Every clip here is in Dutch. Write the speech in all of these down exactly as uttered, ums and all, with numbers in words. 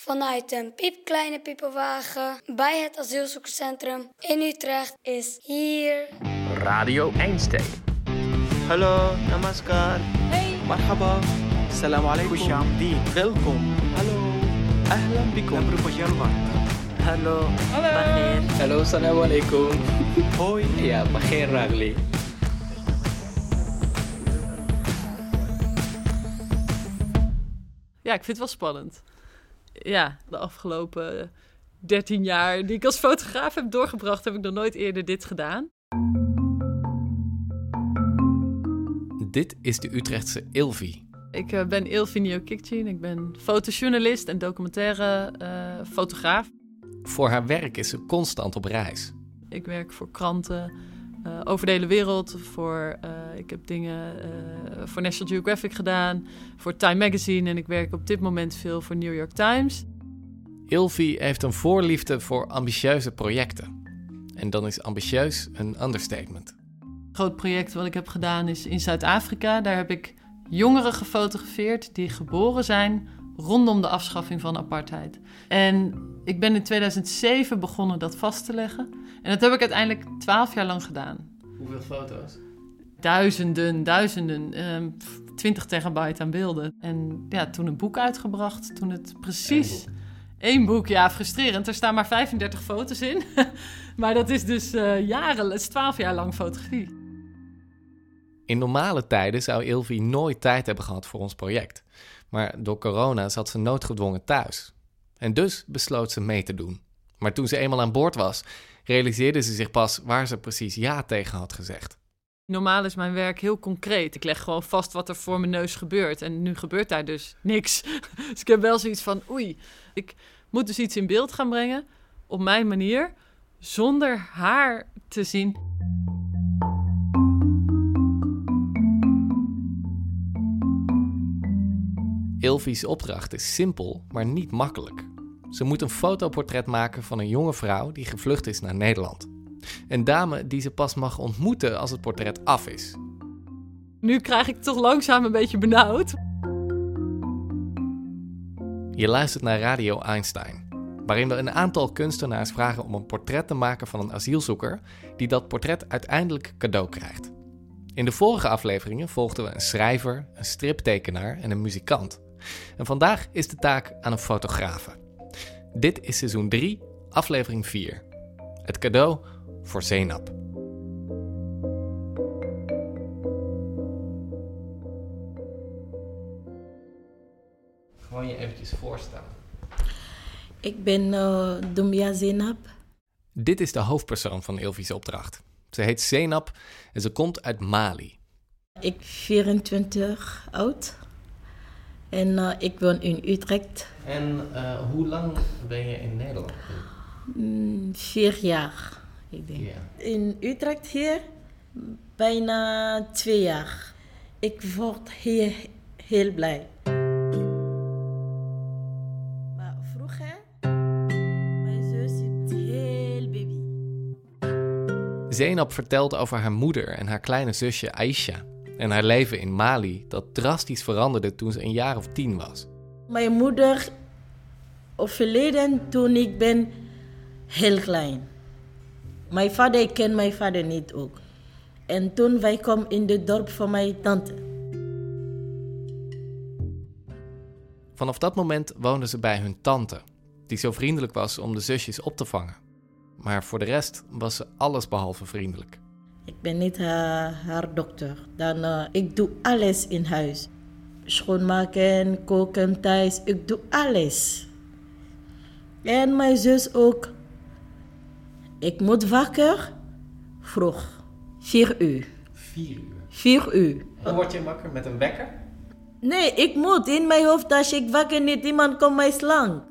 vanuit een piepkleine piepenwagen bij het asielzoekerscentrum in Utrecht is hier Radio Einstein. Hallo, namaskar. Hey. Marhaba. Salam alaikum. Khushamdeen. Welkom. Hallo. Ahlan bikum. Hallo. Hallo. Bagheer. Hallo, salam alaikum. Hoi. Ja, bagheer ragli. Ja, ik vind het wel spannend. Ja, de afgelopen dertien jaar die ik als fotograaf heb doorgebracht, heb ik nog nooit eerder dit gedaan. Dit is de Utrechtse Ilvi. Ik uh, ben Ilvi Niokikcin. Ik ben fotojournalist en documentaire uh, fotograaf. Voor haar werk is ze constant op reis. Ik werk voor kranten uh, over de hele wereld. Voor, uh, ik heb dingen uh, voor National Geographic gedaan, voor Time Magazine en ik werk op dit moment veel voor New York Times. Ilvi heeft een voorliefde voor ambitieuze projecten. En dan is ambitieus een understatement. Een groot project wat ik heb gedaan is in Zuid-Afrika. Daar heb ik jongeren gefotografeerd die geboren zijn rondom de afschaffing van apartheid. En ik ben in tweeduizend zeven begonnen dat vast te leggen. En dat heb ik uiteindelijk twaalf jaar lang gedaan. Hoeveel foto's? Duizenden, duizenden, um, twintig terabyte aan beelden. En ja, toen een boek uitgebracht, toen het precies... Eén boek. Eén boek, ja, frustrerend. Er staan maar vijfendertig foto's in. Maar dat is dus uh, jaren, het is twaalf jaar lang fotografie. In normale tijden zou Ilvi nooit tijd hebben gehad voor ons project. Maar door corona zat ze noodgedwongen thuis. En dus besloot ze mee te doen. Maar toen ze eenmaal aan boord was, realiseerde ze zich pas waar ze precies ja tegen had gezegd. Normaal is mijn werk heel concreet. Ik leg gewoon vast wat er voor mijn neus gebeurt. En nu gebeurt daar dus niks. Dus ik heb wel zoiets van, oei, ik moet dus iets in beeld gaan brengen op mijn manier, zonder haar te zien. Ilvi's opdracht is simpel, maar niet makkelijk. Ze moet een fotoportret maken van een jonge vrouw die gevlucht is naar Nederland. Een dame die ze pas mag ontmoeten als het portret af is. Nu krijg ik toch langzaam een beetje benauwd. Je luistert naar Radio Einstein, waarin we een aantal kunstenaars vragen om een portret te maken van een asielzoeker die dat portret uiteindelijk cadeau krijgt. In de vorige afleveringen volgden we een schrijver, een striptekenaar en een muzikant. En vandaag is de taak aan een fotografe. Dit is seizoen drie, aflevering vier. Het cadeau voor Zeenab. Gewoon je eventjes voorstellen. Ik ben uh, Doumbia Zeenab. Dit is de hoofdpersoon van Ilvi's opdracht. Ze heet Zeenab en ze komt uit Mali. Ik ben vierentwintig oud en uh, ik woon in Utrecht. En uh, hoe lang ben je in Nederland? Mm, vier jaar, ik denk. Ja. In Utrecht hier bijna twee jaar. Ik word hier heel blij. Maar vroeger, mijn zus is heel baby. Zeenab vertelt over haar moeder en haar kleine zusje Aisha en haar leven in Mali dat drastisch veranderde toen ze een jaar of tien was. Mijn moeder overleden toen ik ben heel klein. Mijn vader, ik ken mijn vader niet ook. En toen wij kwamen in het dorp van mijn tante. Vanaf dat moment woonden ze bij hun tante, die zo vriendelijk was om de zusjes op te vangen. Maar voor de rest was ze allesbehalve vriendelijk. Ik ben niet haar, haar dokter. Dan, uh, ik doe alles in huis. Schoonmaken, koken thuis. Ik doe alles. En mijn zus ook. Ik moet wakker vroeg. Vier uur. Vier uur? Vier uur. Dan word je wakker met een wekker? Nee, ik moet. In mijn hoofd, als ik wakker niet, iemand komt mij slaan.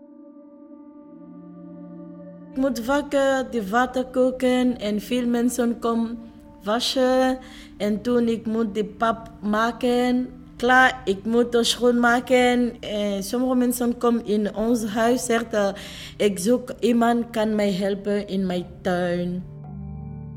Ik moet wakker, de water koken en veel mensen komen wassen. En toen ik moet de pap maken. Klaar, ik moet het schoonmaken. En sommige mensen komen in ons huis en zeggen, ik zoek iemand kan mij helpen in mijn tuin.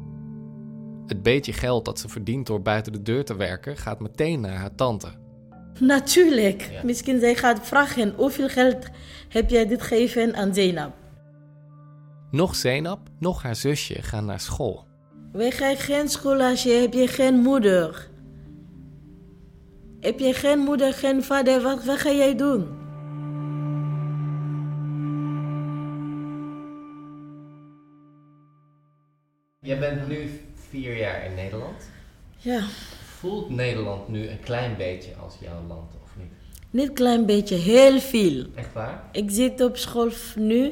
Het beetje geld dat ze verdient door buiten de deur te werken gaat meteen naar haar tante. Natuurlijk. Ja. Misschien zij gaat vragen, hoeveel geld heb jij dit gegeven aan Zeynab? Nog Zeynab, nog haar zusje gaan naar school. Wij gaan geen school als je heb je geen moeder. Heb je geen moeder, geen vader, wat, wat ga jij doen? Jij bent nu vier jaar in Nederland. Ja, Voelt Nederland nu een klein beetje als jouw land, of niet? niet klein beetje, heel veel. Echt waar? Ik zit op school nu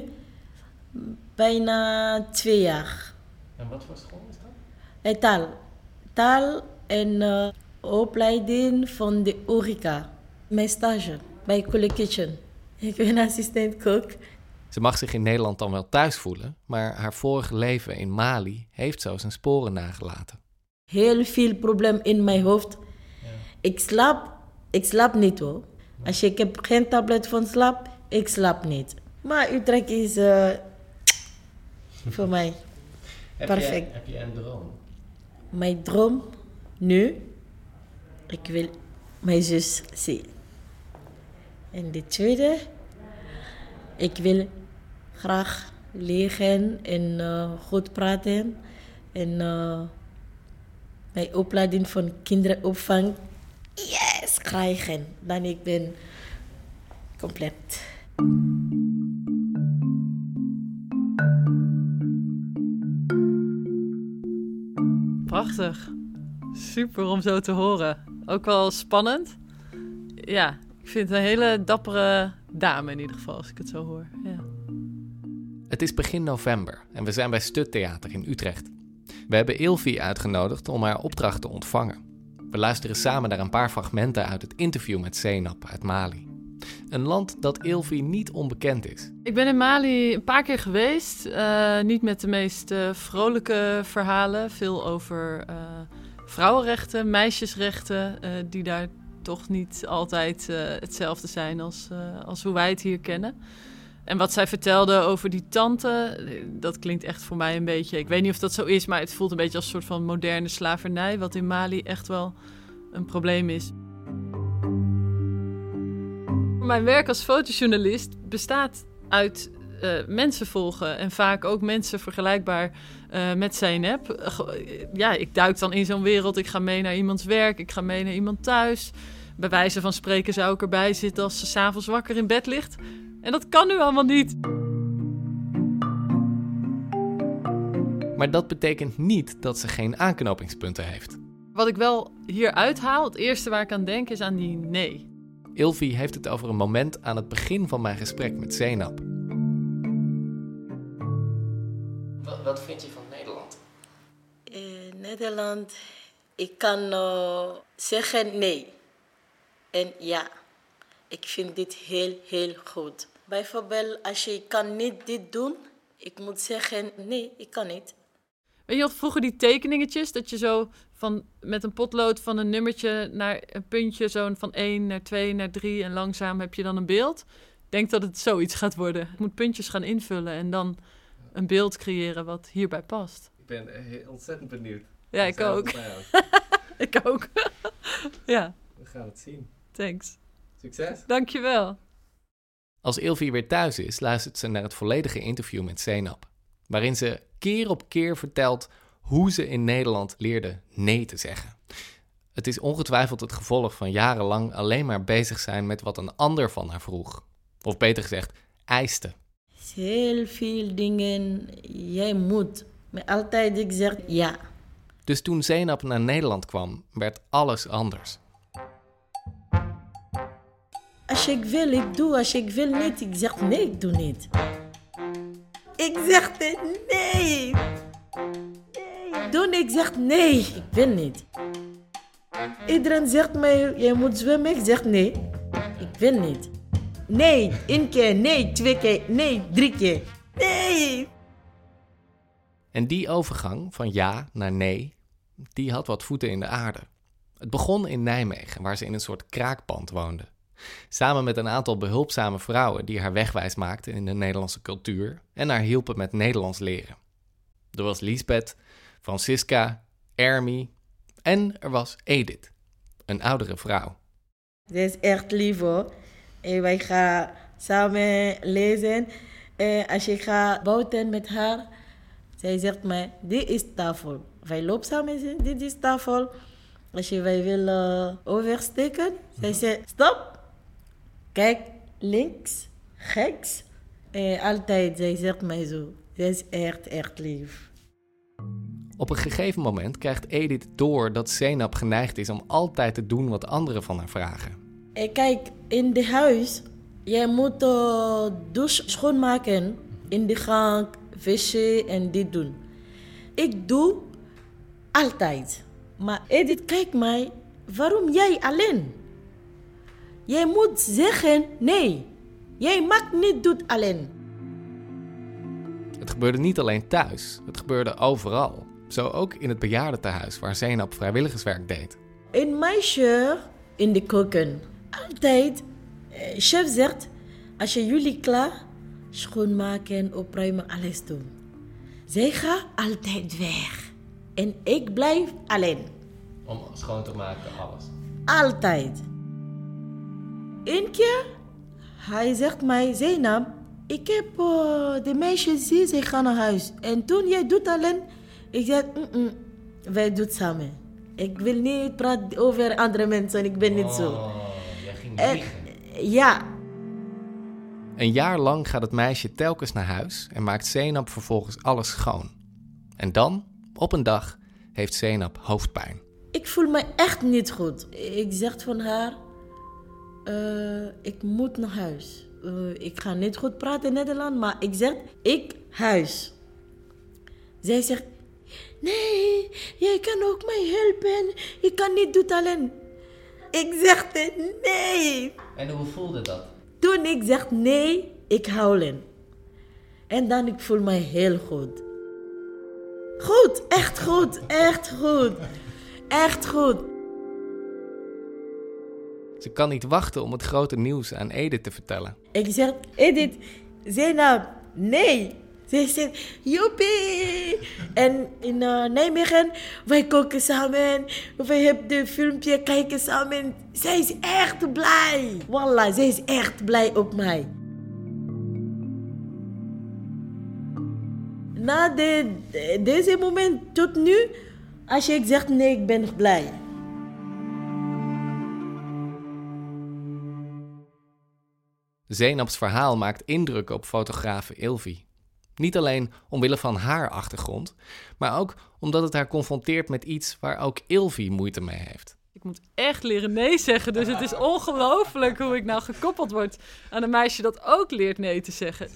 bijna twee jaar. En wat voor school is dat? Eh, taal. Taal en uh, opleiding van de horeca. Mijn stage bij Coole Kitchen. Ik ben assistent-kok. Ze mag zich in Nederland dan wel thuis voelen, maar haar vorige leven in Mali heeft zo zijn sporen nagelaten. Heel veel probleem in mijn hoofd. Ja. Ik slaap, ik slaap niet hoor. Als ik heb geen tablet van slaap, ik slaap niet. Maar Utrecht is uh, voor mij Heb perfect. Je, heb je een droom? Mijn droom nu, ik wil mijn zus zien. En de tweede, ik wil graag leren en uh, goed praten. En uh, mijn opleiding van kinderopvang, yes, krijgen. Dan ik ben compleet. Prachtig. Super om zo te horen. Ook wel spannend. Ja, ik vind het een hele dappere dame in ieder geval, als ik het zo hoor. Ja. Het is begin november en we zijn bij Stuttheater in Utrecht. We hebben Ilvi uitgenodigd om haar opdracht te ontvangen. We luisteren samen naar een paar fragmenten uit het interview met Zeynab uit Mali. Een land dat Ilvi niet onbekend is. Ik ben in Mali een paar keer geweest. Uh, niet met de meest uh, vrolijke verhalen. Veel over uh, vrouwenrechten, meisjesrechten, uh, die daar toch niet altijd uh, hetzelfde zijn als, uh, als hoe wij het hier kennen. En wat zij vertelde over die tante, dat klinkt echt voor mij een beetje... Ik weet niet of dat zo is, maar het voelt een beetje als een soort van moderne slavernij, wat in Mali echt wel een probleem is. Mijn werk als fotojournalist bestaat uit uh, mensen volgen en vaak ook mensen vergelijkbaar uh, met Zeynab. Uh, ja, ik duik dan in zo'n wereld, ik ga mee naar iemands werk, ik ga mee naar iemand thuis. Bij wijze van spreken zou ik erbij zitten als ze 's avonds wakker in bed ligt. En dat kan nu allemaal niet. Maar dat betekent niet dat ze geen aanknopingspunten heeft. Wat ik wel hier uithaal, het eerste waar ik aan denk, is aan die nee. Ilvi heeft het over een moment aan het begin van mijn gesprek met Zeynab. Wat, wat vind je van Nederland? In Nederland, ik kan uh, zeggen nee en ja. Ik vind dit heel, heel goed. Bijvoorbeeld, als je kan niet dit doen, ik moet zeggen nee, ik kan niet. Weet je nog vroeger die tekeningetjes, dat je zo van, met een potlood van een nummertje naar een puntje, zo van één naar twee naar drie en langzaam heb je dan een beeld. Ik denk dat het zoiets gaat worden. Je moet puntjes gaan invullen en dan een beeld creëren wat hierbij past. Ik ben heel ontzettend benieuwd. Ja, ik ook. Ik ook. Ja. We gaan het zien. Thanks. Succes. Dankjewel. Als Ilvi weer thuis is, luistert ze naar het volledige interview met Zeynab, waarin ze keer op keer vertelt hoe ze in Nederland leerde nee te zeggen. Het is ongetwijfeld het gevolg van jarenlang alleen maar bezig zijn met wat een ander van haar vroeg. Of beter gezegd, eiste. Heel veel dingen, jij moet. Maar altijd ik zeg ja. Dus toen Zeynab naar Nederland kwam, werd alles anders. Als ik wil, ik doe. Als ik wil niet, ik zeg nee, ik doe niet. Ik zeg nee. Nee. Doe niet, ik zeg nee, ik wil niet. Iedereen zegt mij, jij moet zwemmen. Ik zeg nee, ik wil niet. Nee, één keer, nee, twee keer, nee, drie keer. Nee. En die overgang van ja naar nee, die had wat voeten in de aarde. Het begon in Nijmegen, waar ze in een soort kraakpand woonde. Samen met een aantal behulpzame vrouwen die haar wegwijs maakten in de Nederlandse cultuur en haar hielpen met Nederlands leren. Er was Liesbeth, Francisca, Ermi en er was Edith, een oudere vrouw. Zij is echt lief hoor. En wij gaan samen lezen. En als ik ga buiten met haar, zij zegt mij, dit is tafel. Wij lopen samen, dit is tafel. Als je wij wil uh, oversteken, zij zegt, stop. Kijk, links, rechts. En altijd, zij zegt mij zo. Zij is echt, echt lief. Op een gegeven moment krijgt Edith door dat Zeynep geneigd is om altijd te doen wat anderen van haar vragen. En kijk, in de huis, jij moet uh, douche schoonmaken. In de gang, wc en dit doen. Ik doe altijd. Maar Edith kijkt mij, waarom jij alleen? Jij moet zeggen, nee, jij mag niet doen alleen. Het gebeurde niet alleen thuis, het gebeurde overal. Zo ook in het bejaardentehuis waar Zeynep vrijwilligerswerk deed. Een meisje in de keuken. Altijd, eh, chef zegt, als je jullie klaar, schoonmaken, opruimen, alles doen. Zij gaat altijd weg. En ik blijf alleen. Om schoon te maken, alles. Altijd. Eén keer, hij zegt mij, Zeynep, ik heb uh, de meisjes zien, zij gaan naar huis. En toen jij doet alleen, ik zeg, mm-mm, wij doen samen. Ik wil niet praten over andere mensen, ik ben niet zo. Oh, jij ging En, liegen. ja. Een jaar lang gaat het meisje telkens naar huis en maakt Zeynep vervolgens alles schoon. En dan, op een dag, heeft Zeynep hoofdpijn. Ik voel me echt niet goed. Ik zeg van haar, uh, ik moet naar huis. Uh, ik ga niet goed praten in Nederland, maar ik zeg, ik huis. Zij zegt, nee, jij kan ook mij helpen. Ik kan niet doen alleen. Ik zeg, nee. En hoe voelde dat? Toen ik zeg nee, ik huilen. En dan ik voel me heel goed. Goed, echt goed, echt goed. Echt goed. Ze kan niet wachten om het grote nieuws aan Edith te vertellen. Ik zeg, Edith, Zeynep, nee. Ze zegt, joepie. En in uh, Nijmegen, wij koken samen. Wij hebben de filmpje kijken samen. Zij is echt blij. Wallah, zij is echt blij op mij. Na de, de, deze moment tot nu, als je zegt nee, ik ben blij. Zeynep's verhaal maakt indruk op fotografe Ilvi. Niet alleen omwille van haar achtergrond, maar ook omdat het haar confronteert met iets waar ook Ilvi moeite mee heeft. Ik moet echt leren nee zeggen, dus het is ongelooflijk hoe ik nou gekoppeld word aan een meisje dat ook leert nee te zeggen.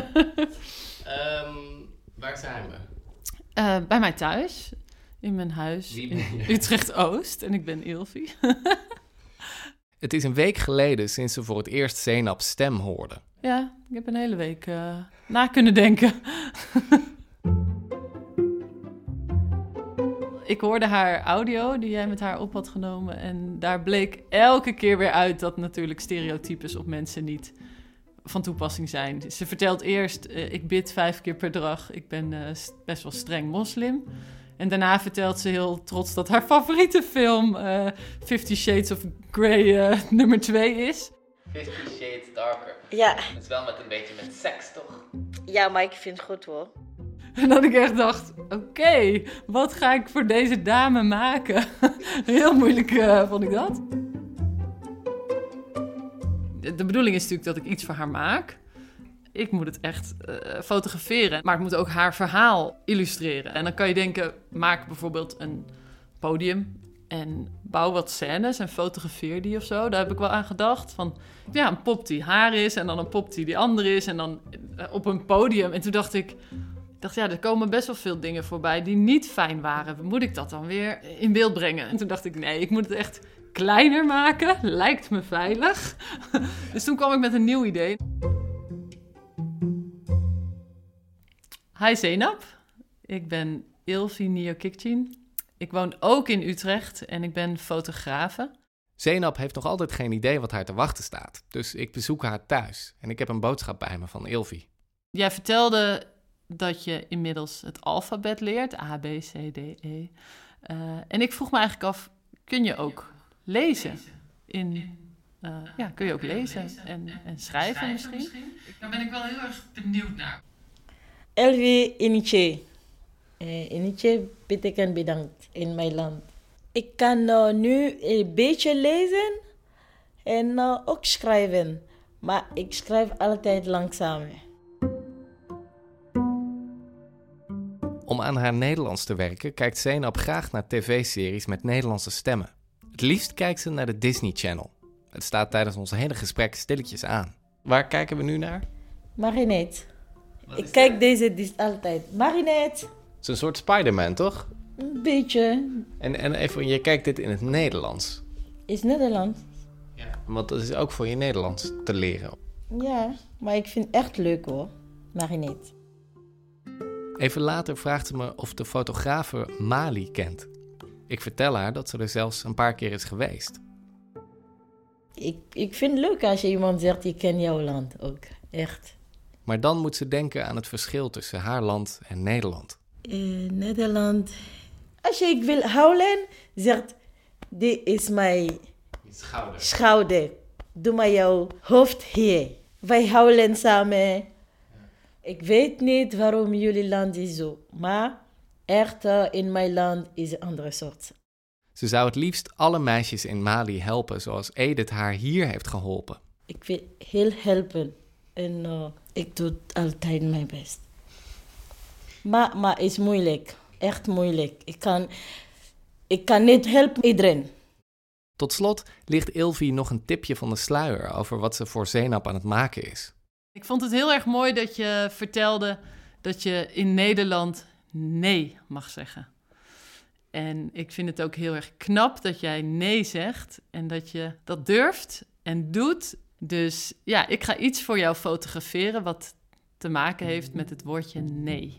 um, waar zijn we? Uh, bij mij thuis, in mijn huis in Utrecht-Oost en ik ben Ilvi. Het is een week geleden sinds ze voor het eerst Zeynep's stem hoorde. Ja, ik heb een hele week uh, na kunnen denken. Ik hoorde haar audio die jij met haar op had genomen. En daar bleek elke keer weer uit dat natuurlijk stereotypes op mensen niet van toepassing zijn. Ze vertelt eerst, uh, ik bid vijf keer per dag. Ik ben uh, best wel streng moslim. En daarna vertelt ze heel trots dat haar favoriete film uh, Fifty Shades of Grey uh, nummer twee is. Fifty Shades Darker. Ja. Het is wel met een beetje met seks, toch? Ja, maar ik vind het goed hoor. En dat ik echt dacht, oké, okay, wat ga ik voor deze dame maken? Heel moeilijk uh, vond ik dat. De, de bedoeling is natuurlijk dat ik iets voor haar maak. Ik moet het echt uh, fotograferen, maar ik moet ook haar verhaal illustreren. En dan kan je denken, maak bijvoorbeeld een podium en bouw wat scènes en fotografeer die of zo. Daar heb ik wel aan gedacht. Van, ja, een pop die haar is en dan een pop die die ander is en dan uh, op een podium. En toen dacht ik, ik dacht, ja, er komen best wel veel dingen voorbij die niet fijn waren. Moet ik dat dan weer in beeld brengen? En toen dacht ik, nee, ik moet het echt kleiner maken. Lijkt me veilig. Dus toen kwam ik met een nieuw idee. Hi Zeynep, ik ben Ilvi Niokikcin. Ik woon ook in Utrecht en ik ben fotografe. Zeynep heeft nog altijd geen idee wat haar te wachten staat. Dus ik bezoek haar thuis en ik heb een boodschap bij me van Ilvi. Jij vertelde dat je inmiddels het alfabet leert, A, B, C, D, E. Uh, en ik vroeg me eigenlijk af, kun je ook lezen in uh, ja, kun je ook lezen en, en schrijven misschien. Daar ben ik wel heel erg benieuwd naar. Elvi Iniche. Uh, Iniche betekent bedankt in mijn land. Ik kan uh, nu een beetje lezen en uh, ook schrijven. Maar ik schrijf altijd langzamer. Om aan haar Nederlands te werken kijkt Zeynab graag naar tv-series met Nederlandse stemmen. Het liefst kijkt ze naar de Disney Channel. Het staat tijdens ons hele gesprek stilletjes aan. Waar kijken we nu naar? Marinette. Ik kijk dat? Deze dis altijd. Marinette. Het is een soort Spider-Man, toch? Een beetje. En, en even, je kijkt dit in het Nederlands. Is Nederlands? Ja. Want dat is ook voor je Nederlands te leren. Ja, maar ik vind het echt leuk hoor. Marinette. Even later vraagt ze me of de fotografe Mali kent. Ik vertel haar dat ze er zelfs een paar keer is geweest. Ik, ik vind het leuk als je iemand zegt, ik ken jouw land ook. Echt. Maar dan moet ze denken aan het verschil tussen haar land en Nederland. In Nederland... Als je ik wil huilen, zegt... Dit is mijn schouder. schouder. Doe maar jouw hoofd hier. Wij huilen samen. Ja. Ik weet niet waarom jullie land is zo. Maar echt uh, in mijn land is een andere soort. Ze zou het liefst alle meisjes in Mali helpen zoals Edith haar hier heeft geholpen. Ik wil heel helpen. En uh, ik doe altijd mijn best. Maar, maar het is moeilijk. Echt moeilijk. Ik kan, ik kan niet helpen iedereen. Tot slot ligt Ilvi nog een tipje van de sluier over wat ze voor Zeynab aan het maken is. Ik vond het heel erg mooi dat je vertelde dat je in Nederland nee mag zeggen. En ik vind het ook heel erg knap dat jij nee zegt en dat je dat durft en doet. Dus ja, ik ga iets voor jou fotograferen wat te maken heeft met het woordje nee.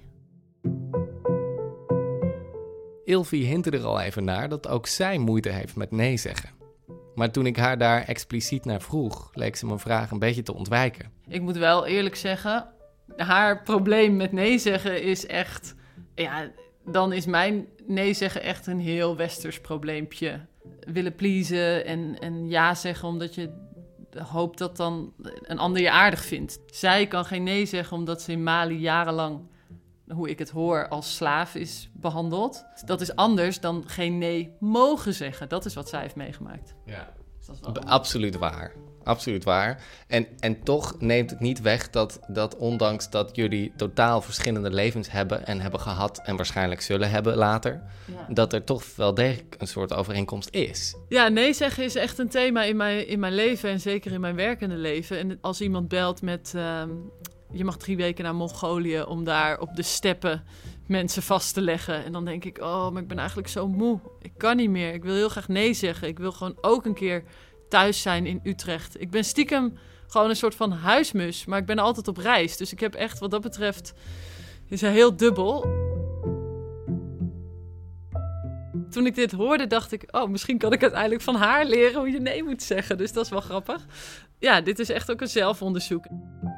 Ilvi hintte er al even naar dat ook zij moeite heeft met nee zeggen. Maar toen ik haar daar expliciet naar vroeg, leek ze mijn vraag een beetje te ontwijken. Ik moet wel eerlijk zeggen, haar probleem met nee zeggen is echt... Ja, dan is mijn nee zeggen echt een heel westers probleempje. Willen pleasen en, en ja zeggen omdat je hoopt dat dan een ander je aardig vindt. Zij kan geen nee zeggen omdat ze in Mali jarenlang, hoe ik het hoor, als slaaf is behandeld. Dat is anders dan geen nee mogen zeggen. Dat is wat zij heeft meegemaakt. Ja, dus dat is wel absoluut waar. Absoluut waar. En, en toch neemt het niet weg dat, dat ondanks dat jullie totaal verschillende levens hebben en hebben gehad en waarschijnlijk zullen hebben later, ja, dat er toch wel degelijk een soort overeenkomst is. Ja, nee zeggen is echt een thema in mijn, in mijn leven en zeker in mijn werkende leven. En als iemand belt met, uh, je mag drie weken naar Mongolië om daar op de steppen mensen vast te leggen. En dan denk ik, oh, maar ik ben eigenlijk zo moe. Ik kan niet meer. Ik wil heel graag nee zeggen. Ik wil gewoon ook een keer thuis zijn in Utrecht. Ik ben stiekem gewoon een soort van huismus, maar ik ben altijd op reis. Dus ik heb echt, wat dat betreft, is hij heel dubbel. Toen ik dit hoorde, dacht ik, oh, misschien kan ik uiteindelijk van haar leren hoe je nee moet zeggen. Dus dat is wel grappig. Ja, dit is echt ook een zelfonderzoek.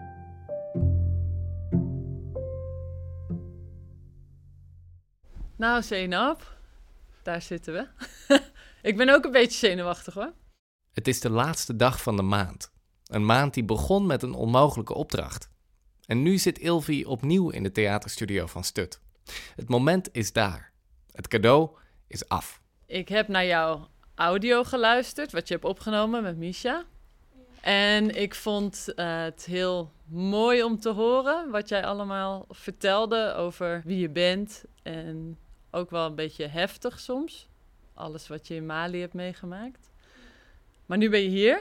Nou, Zeynab, daar zitten we. Ik ben ook een beetje zenuwachtig, hoor. Het is de laatste dag van de maand. Een maand die begon met een onmogelijke opdracht. En nu zit Ilvi opnieuw in de theaterstudio van Stut. Het moment is daar. Het cadeau is af. Ik heb naar jouw audio geluisterd, wat je hebt opgenomen met Misha. En ik vond uh, het heel mooi om te horen wat jij allemaal vertelde over wie je bent. En ook wel een beetje heftig soms. Alles wat je in Mali hebt meegemaakt. Maar nu ben je hier.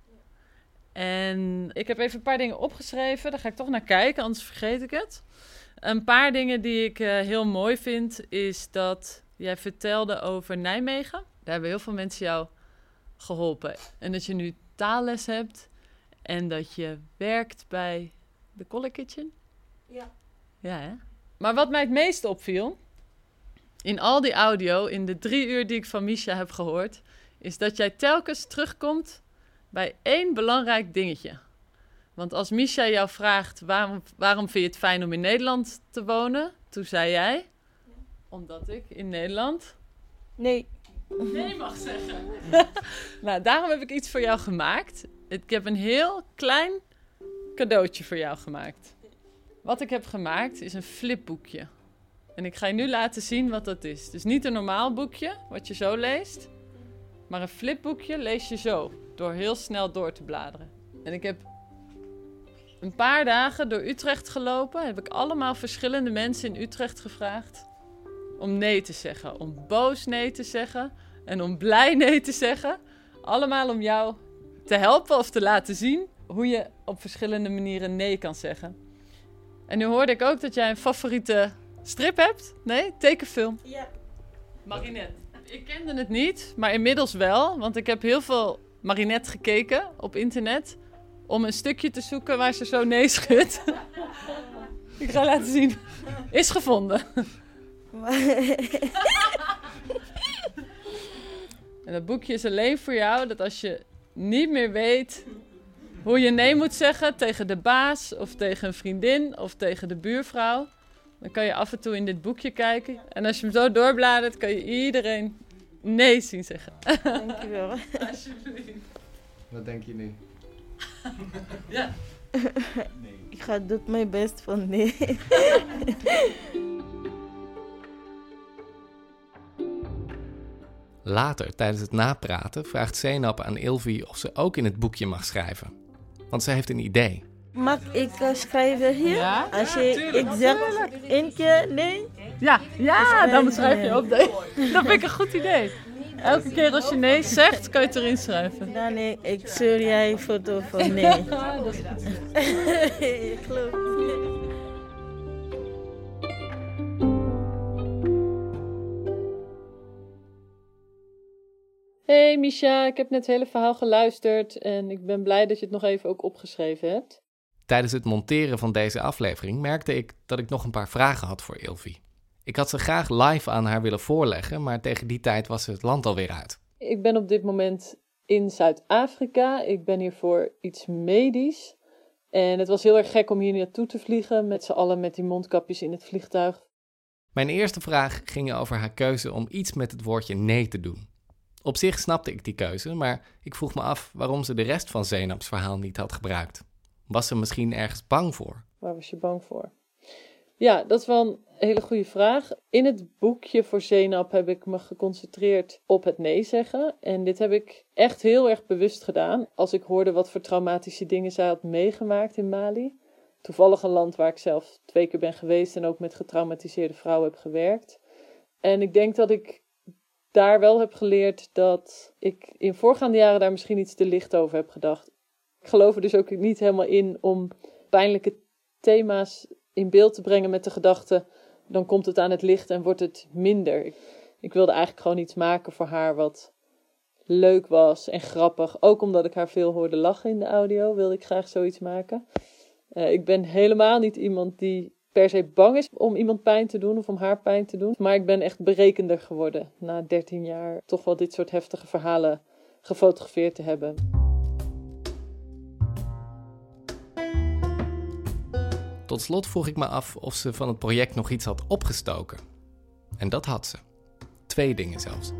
En ik heb even een paar dingen opgeschreven. Daar ga ik toch naar kijken, anders vergeet ik het. Een paar dingen die ik uh, heel mooi vind, is dat jij vertelde over Nijmegen. Daar hebben heel veel mensen jou geholpen. En dat je nu taalles hebt en dat je werkt bij de Color Kitchen. Ja. Ja, hè? Maar wat mij het meest opviel, in al die audio, in de drie uur die ik van Misha heb gehoord, is dat jij telkens terugkomt bij één belangrijk dingetje. Want als Misha jou vraagt, waarom, waarom vind je het fijn om in Nederland te wonen? Toen zei jij, omdat ik in Nederland... Nee, nee mag zeggen. Nou, daarom heb ik iets voor jou gemaakt. Ik heb een heel klein cadeautje voor jou gemaakt. Wat ik heb gemaakt is een flipboekje. En ik ga je nu laten zien wat dat is. Dus niet een normaal boekje, wat je zo leest. Maar een flipboekje lees je zo, door heel snel door te bladeren. En ik heb een paar dagen door Utrecht gelopen. Heb ik allemaal verschillende mensen in Utrecht gevraagd om nee te zeggen. Om boos nee te zeggen en om blij nee te zeggen. Allemaal om jou te helpen of te laten zien hoe je op verschillende manieren nee kan zeggen. En nu hoorde ik ook dat jij een favoriete strip hebt. Nee, tekenfilm. Ja. Marinette. Ik kende het niet, maar inmiddels wel. Want ik heb heel veel Marinette gekeken op internet. Om een stukje te zoeken waar ze zo nee schudt. Ik ga laten zien. Is gevonden. En dat boekje is alleen voor jou. Dat als je niet meer weet hoe je nee moet zeggen tegen de baas. Of tegen een vriendin. Of tegen de buurvrouw. Dan kan je af en toe in dit boekje kijken. En als je hem zo doorbladert, kan je iedereen nee zien zeggen. Dankjewel. Alsjeblieft. Wat denk je nu? Ja. Nee. Ik ga doen mijn best van nee. Later, tijdens het napraten, vraagt Zeynep aan Ilvi of ze ook in het boekje mag schrijven. Want ze heeft een idee. Mag ik uh, schrijven hier? Ja? Als je, ik zeg één keer nee. Ja, ja, dan schrijf je op. Nee. Dat vind ik een goed idee. Elke keer als je nee zegt, kan je het erin schrijven. Dan nee, ik stuur jij een foto van nee. Ja, dat is goed. Klopt. Hey Misha, ik heb net het hele verhaal geluisterd en ik ben blij dat je het nog even ook opgeschreven hebt. Tijdens het monteren van deze aflevering merkte ik dat ik nog een paar vragen had voor Ilvi. Ik had ze graag live aan haar willen voorleggen, maar tegen die tijd was het land alweer uit. Ik ben op dit moment in Zuid-Afrika. Ik ben hier voor iets medisch. En het was heel erg gek om hier naartoe te vliegen, met z'n allen met die mondkapjes in het vliegtuig. Mijn eerste vraag ging over haar keuze om iets met het woordje nee te doen. Op zich snapte ik die keuze, maar ik vroeg me af waarom ze de rest van Zeynep's verhaal niet had gebruikt. Was ze misschien ergens bang voor? Waar was je bang voor? Ja, dat is wel een hele goede vraag. In het boekje voor Zeynep heb ik me geconcentreerd op het nee zeggen. En dit heb ik echt heel erg bewust gedaan. Als ik hoorde wat voor traumatische dingen zij had meegemaakt in Mali. Toevallig een land waar ik zelf twee keer ben geweest en ook met getraumatiseerde vrouwen heb gewerkt. En ik denk dat ik daar wel heb geleerd dat ik in voorgaande jaren daar misschien iets te licht over heb gedacht. Ik geloof er dus ook niet helemaal in om pijnlijke thema's in beeld te brengen met de gedachte, dan komt het aan het licht en wordt het minder. Ik, ik wilde eigenlijk gewoon iets maken voor haar wat leuk was en grappig. Ook omdat ik haar veel hoorde lachen in de audio, wilde ik graag zoiets maken. Uh, ik ben helemaal niet iemand die per se bang is om iemand pijn te doen of om haar pijn te doen. Maar ik ben echt berekender geworden na dertien jaar toch wel dit soort heftige verhalen gefotografeerd te hebben. Tot slot vroeg ik me af of ze van het project nog iets had opgestoken. En dat had ze. Twee dingen zelfs.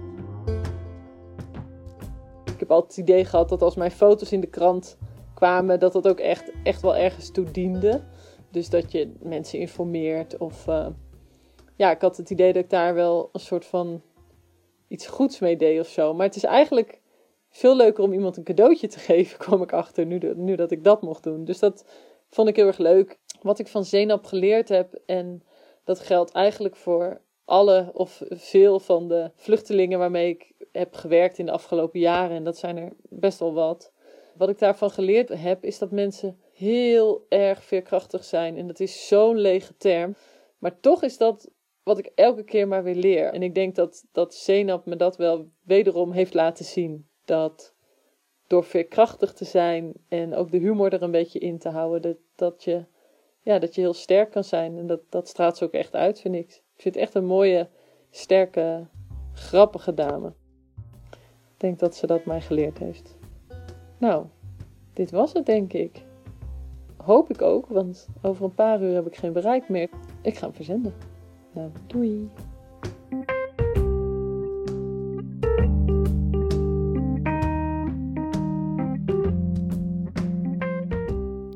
Ik heb altijd het idee gehad dat als mijn foto's in de krant kwamen, dat dat ook echt, echt wel ergens toe diende. Dus dat je mensen informeert of... Uh, ja, ik had het idee dat ik daar wel een soort van iets goeds mee deed of zo. Maar het is eigenlijk veel leuker om iemand een cadeautje te geven, kwam ik achter, nu, de, nu dat ik dat mocht doen. Dus dat vond ik heel erg leuk. Wat ik van Zeynep geleerd heb, en dat geldt eigenlijk voor alle of veel van de vluchtelingen waarmee ik heb gewerkt in de afgelopen jaren, en dat zijn er best wel wat. Wat ik daarvan geleerd heb, is dat mensen heel erg veerkrachtig zijn. En dat is zo'n lege term. Maar toch is dat wat ik elke keer maar weer leer. En ik denk dat, dat Zeynep me dat wel wederom heeft laten zien. Dat door veerkrachtig te zijn en ook de humor er een beetje in te houden, dat, dat, je, ja, dat je heel sterk kan zijn. En dat, dat straalt ze ook echt uit, vind ik. Ik vind het echt een mooie, sterke, grappige dame. Ik denk dat ze dat mij geleerd heeft. Nou, dit was het, denk ik. Hoop ik ook, want over een paar uur heb ik geen bereik meer. Ik ga hem verzenden. Nou, doei.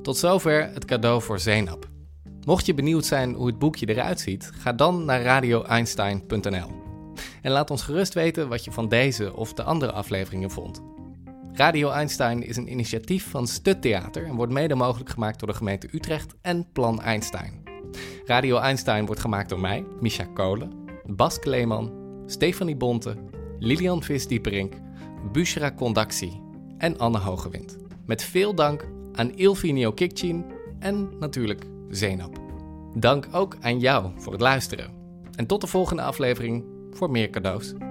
Tot zover het cadeau voor Zeynep. Mocht je benieuwd zijn hoe het boekje eruit ziet, ga dan naar radio einstein punt n l. En laat ons gerust weten wat je van deze of de andere afleveringen vond. Radio Einstein is een initiatief van Stuttheater en wordt mede mogelijk gemaakt door de gemeente Utrecht en Plan Einstein. Radio Einstein wordt gemaakt door mij, Misha Kolen, Bas Kleeman, Stefanie Bonte, Lilian Vis-Dieperink, Bushra Kondaksi en Anne Hogewind. Met veel dank aan Ilfinio Kikcin en natuurlijk Zeynep. Dank ook aan jou voor het luisteren. En tot de volgende aflevering voor meer cadeaus.